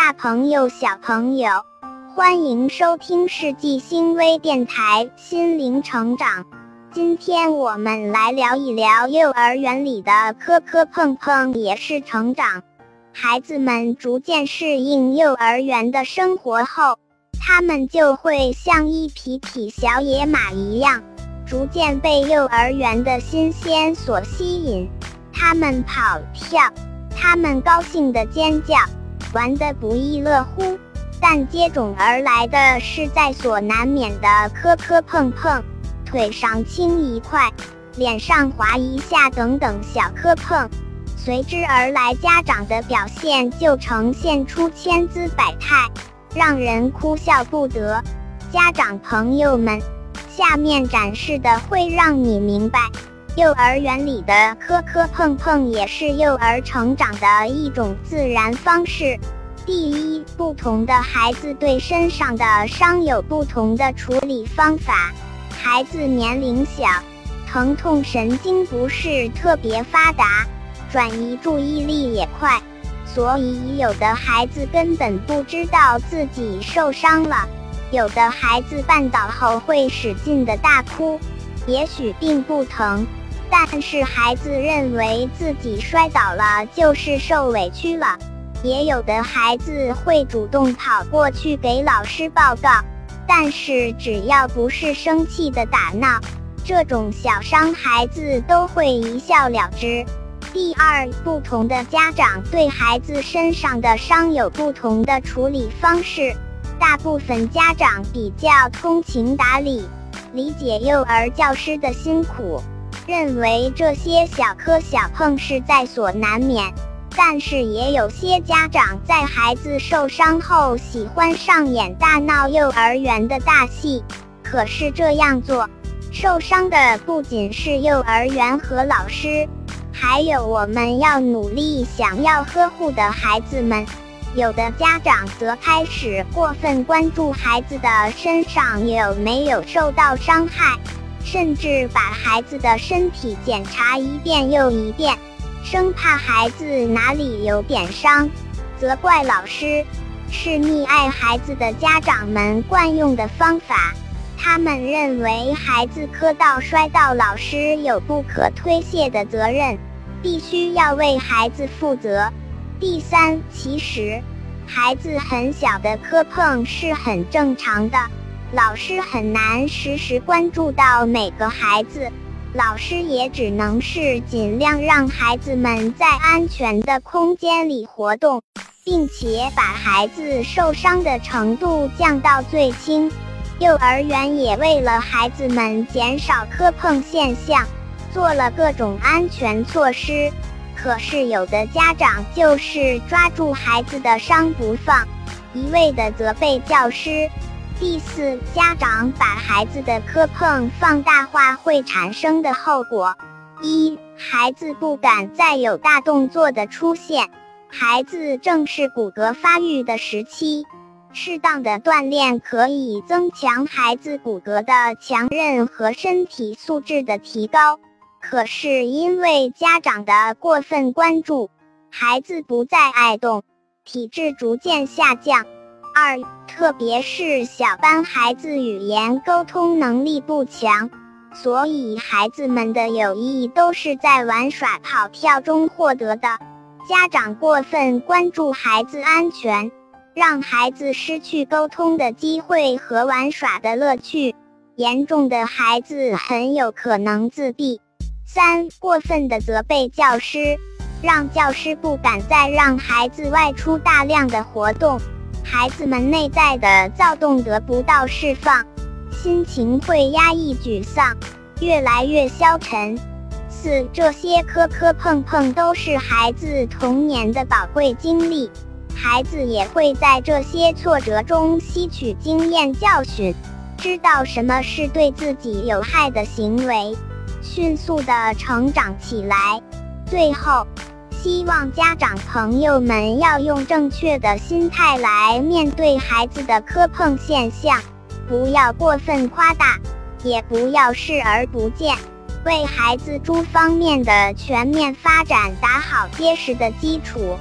大朋友小朋友，欢迎收听世纪星微电台心灵成长。今天我们来聊一聊幼儿园里的磕磕碰碰也是成长。孩子们逐渐适应幼儿园的生活后，他们就会像一匹匹小野马一样，逐渐被幼儿园的新鲜所吸引。他们跑跳，他们高兴地尖叫，玩得不亦乐乎，但接踵而来的是在所难免的磕磕碰碰，腿上青一块，脸上划一下等等小磕碰，随之而来家长的表现就呈现出千姿百态，让人哭笑不得。家长朋友们，下面展示的会让你明白，幼儿园里的磕磕碰碰也是幼儿成长的一种自然方式。第一，不同的孩子对身上的伤有不同的处理方法。孩子年龄小，疼痛神经不是特别发达，转移注意力也快，所以有的孩子根本不知道自己受伤了。有的孩子绊倒后会使劲的大哭，也许并不疼，但是孩子认为自己摔倒了就是受委屈了。也有的孩子会主动跑过去给老师报告，但是只要不是生气的打闹，这种小伤孩子都会一笑了之。第二，不同的家长对孩子身上的伤有不同的处理方式。大部分家长比较通情达理，理解幼儿教师的辛苦，认为这些小磕小碰是在所难免。但是也有些家长在孩子受伤后喜欢上演大闹幼儿园的大戏，可是这样做，受伤的不仅是幼儿园和老师，还有我们要努力想要呵护的孩子们。有的家长则开始过分关注孩子的身上有没有受到伤害，甚至把孩子的身体检查一遍又一遍，生怕孩子哪里有点伤，责怪老师，是溺爱孩子的家长们惯用的方法。他们认为孩子磕到摔到，老师有不可推卸的责任，必须要为孩子负责。第三，其实孩子很小的磕碰是很正常的，老师很难时时关注到每个孩子，老师也只能是尽量让孩子们在安全的空间里活动，并且把孩子受伤的程度降到最轻。幼儿园也为了孩子们减少磕碰现象，做了各种安全措施。可是有的家长就是抓住孩子的伤不放，一味的责备教师。第四，家长把孩子的磕碰放大化会产生的后果。一，孩子不敢再有大动作的出现。孩子正是骨骼发育的时期，适当的锻炼可以增强孩子骨骼的强韧和身体素质的提高。可是因为家长的过分关注，孩子不再爱动，体质逐渐下降。二，特别是小班孩子语言沟通能力不强，所以孩子们的友谊都是在玩耍跑跳中获得的。家长过分关注孩子安全，让孩子失去沟通的机会和玩耍的乐趣，严重的孩子很有可能自闭。三，过分的责备教师，让教师不敢再让孩子外出大量的活动，孩子们内在的躁动得不到释放，心情会压抑沮丧，越来越消沉。四，这些磕磕碰碰都是孩子童年的宝贵经历，孩子也会在这些挫折中吸取经验教训，知道什么是对自己有害的行为，迅速地成长起来。最后，希望家长朋友们要用正确的心态来面对孩子的磕碰现象，不要过分夸大，也不要视而不见，为孩子诸方面的全面发展打好结实的基础。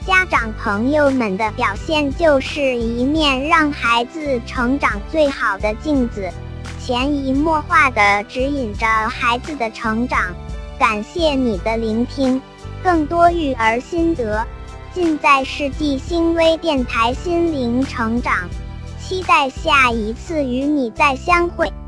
家长朋友们的表现就是一面让孩子成长最好的镜子，潜移默化地指引着孩子的成长。感谢你的聆听，更多育儿心得尽在世纪星微电台心灵成长，期待下一次与你再相会。